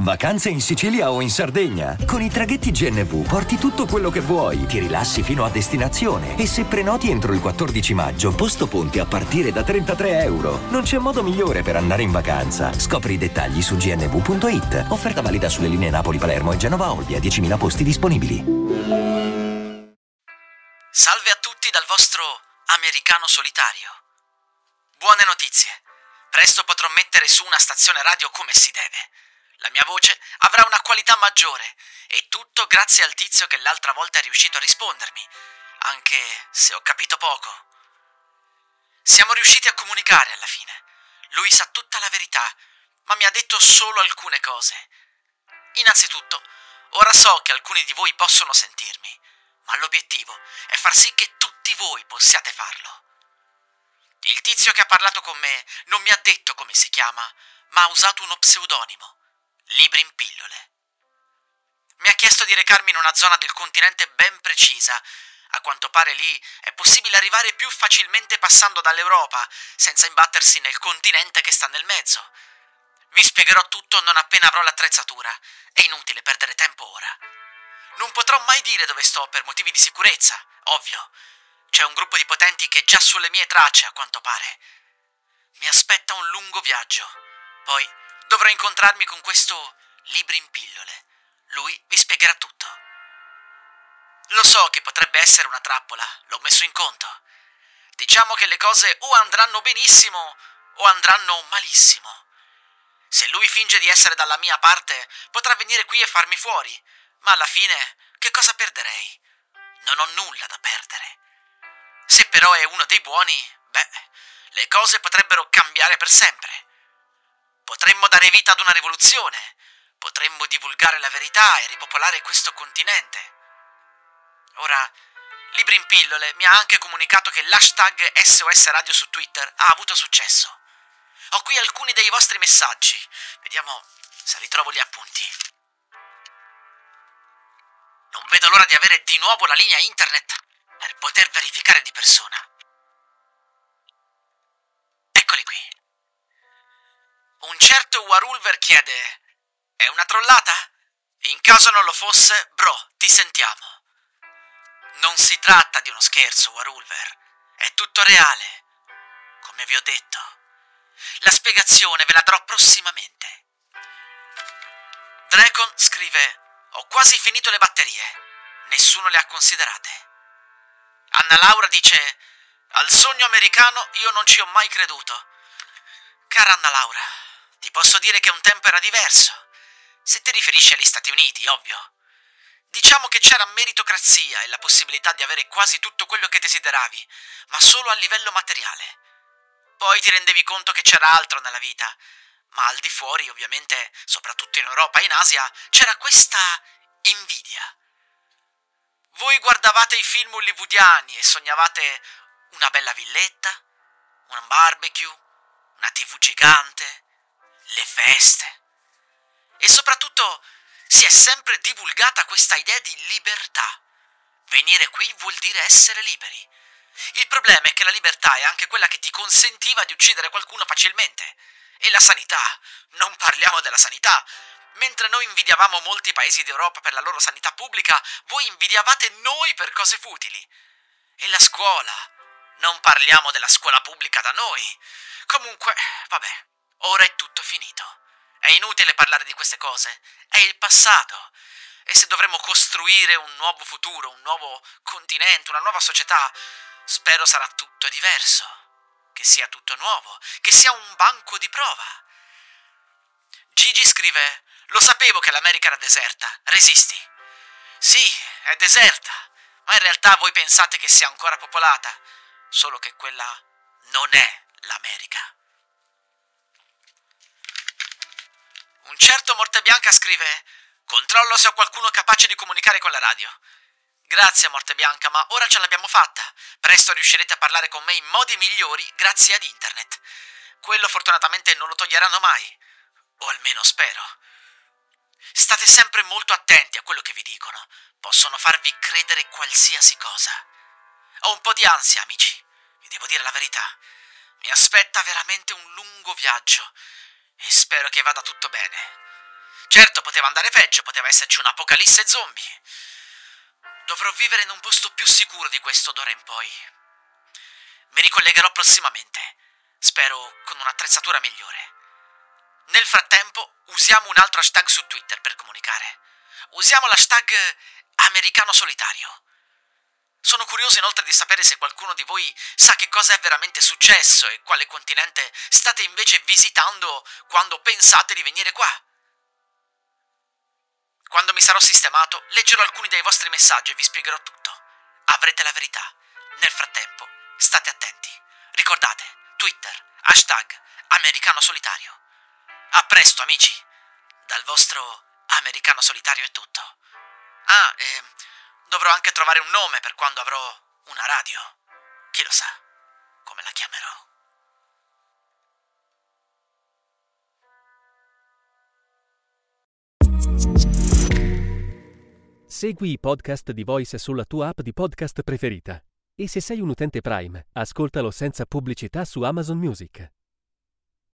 Vacanze in Sicilia o in Sardegna? Con i traghetti GNV porti tutto quello che vuoi, ti rilassi fino a destinazione e se prenoti entro il 14 maggio, posto ponti a partire da €33. Non c'è modo migliore per andare in vacanza. Scopri i dettagli su gnv.it. Offerta valida sulle linee Napoli-Palermo e Genova-Olbia, 10.000 posti disponibili. Salve a tutti dal vostro americano solitario. Buone notizie. Presto potrò mettere su una stazione radio come si deve. La mia voce avrà una qualità maggiore e tutto grazie al tizio che l'altra volta è riuscito a rispondermi, anche se ho capito poco. Siamo riusciti a comunicare alla fine. Lui sa tutta la verità, ma mi ha detto solo alcune cose. Innanzitutto, ora so che alcuni di voi possono sentirmi, ma l'obiettivo è far sì che tutti voi possiate farlo. Il tizio che ha parlato con me non mi ha detto come si chiama, ma ha usato uno pseudonimo, Libri in pillole. Mi ha chiesto di recarmi in una zona del continente ben precisa. A quanto pare lì è possibile arrivare più facilmente passando dall'Europa, senza imbattersi nel continente che sta nel mezzo. Vi spiegherò tutto non appena avrò l'attrezzatura. È inutile perdere tempo ora. Non potrò mai dire dove sto per motivi di sicurezza, ovvio. C'è un gruppo di potenti che è già sulle mie tracce, a quanto pare. Mi aspetta un lungo viaggio. Poi dovrò incontrarmi con questo Libri in pillole. Lui vi spiegherà tutto. Lo so che potrebbe essere una trappola, l'ho messo in conto. Diciamo che le cose o andranno benissimo o andranno malissimo. Se lui finge di essere dalla mia parte, potrà venire qui e farmi fuori, ma alla fine che cosa perderei? Non ho nulla da perdere. Se però è uno dei buoni, le cose potrebbero cambiare per sempre. Potremmo dare vita ad una rivoluzione, potremmo divulgare la verità e ripopolare questo continente. Ora, Libri in pillole mi ha anche comunicato che l'hashtag SOS Radio su Twitter ha avuto successo. Ho qui alcuni dei vostri messaggi, vediamo se ritrovo gli appunti. Non vedo l'ora di avere di nuovo la linea internet per poter verificare di persona. Eccoli qui. Un certo Warulver chiede: è una trollata? In caso non lo fosse, bro, ti sentiamo. Non si tratta di uno scherzo, Warulver. È tutto reale. Come vi ho detto. La spiegazione ve la darò prossimamente. Dracon scrive: ho quasi finito le batterie. Nessuno le ha considerate. Anna Laura dice: al sogno americano io non ci ho mai creduto. Cara Anna Laura, ti posso dire che un tempo era diverso. Se ti riferisci agli Stati Uniti, ovvio. Diciamo che c'era meritocrazia e la possibilità di avere quasi tutto quello che desideravi, ma solo a livello materiale. Poi ti rendevi conto che c'era altro nella vita, ma al di fuori, ovviamente, soprattutto in Europa e in Asia, c'era questa invidia. Voi guardavate i film hollywoodiani e sognavate una bella villetta, un barbecue, una TV gigante, le feste. E soprattutto si è sempre divulgata questa idea di libertà. Venire qui vuol dire essere liberi. Il problema è che la libertà è anche quella che ti consentiva di uccidere qualcuno facilmente. E la sanità, non parliamo della sanità. Mentre noi invidiavamo molti paesi d'Europa per la loro sanità pubblica, voi invidiavate noi per cose futili. E la scuola, non parliamo della scuola pubblica da noi. Comunque, vabbè, ora è tutto finito. È inutile parlare di queste cose, è il passato. E se dovremo costruire un nuovo futuro, un nuovo continente, una nuova società, spero sarà tutto diverso. Che sia tutto nuovo, che sia un banco di prova. Gigi scrive: lo sapevo che l'America era deserta, resisti. Sì, è deserta, ma in realtà voi pensate che sia ancora popolata, solo che quella non è l'America. Un certo Mortebianca scrive: controllo se ho qualcuno capace di comunicare con la radio. Grazie Mortebianca, ma ora ce l'abbiamo fatta. Presto riuscirete a parlare con me in modi migliori grazie ad internet. Quello fortunatamente non lo toglieranno mai. O almeno spero. State sempre molto attenti a quello che vi dicono. Possono farvi credere qualsiasi cosa. Ho un po' di ansia, amici. Vi devo dire la verità. Mi aspetta veramente un lungo viaggio. E spero che vada tutto bene. Certo, poteva andare peggio, poteva esserci un'apocalisse zombie. Dovrò vivere in un posto più sicuro di questo d'ora in poi. Mi ricollegherò prossimamente, spero con un'attrezzatura migliore. Nel frattempo, usiamo un altro hashtag su Twitter per comunicare. Usiamo l'hashtag americano solitario. Sono curioso inoltre di sapere se qualcuno di voi sa che cosa è veramente successo e quale continente state invece visitando quando pensate di venire qua. Quando mi sarò sistemato, leggerò alcuni dei vostri messaggi e vi spiegherò tutto. Avrete la verità. Nel frattempo, state attenti. Ricordate, Twitter, hashtag americano solitario. A presto, amici. Dal vostro americano solitario è tutto. Dovrò anche trovare un nome per quando avrò una radio. Chi lo sa come la chiamerò. Segui i podcast di Voice sulla tua app di podcast preferita. E se sei un utente Prime, ascoltalo senza pubblicità su Amazon Music.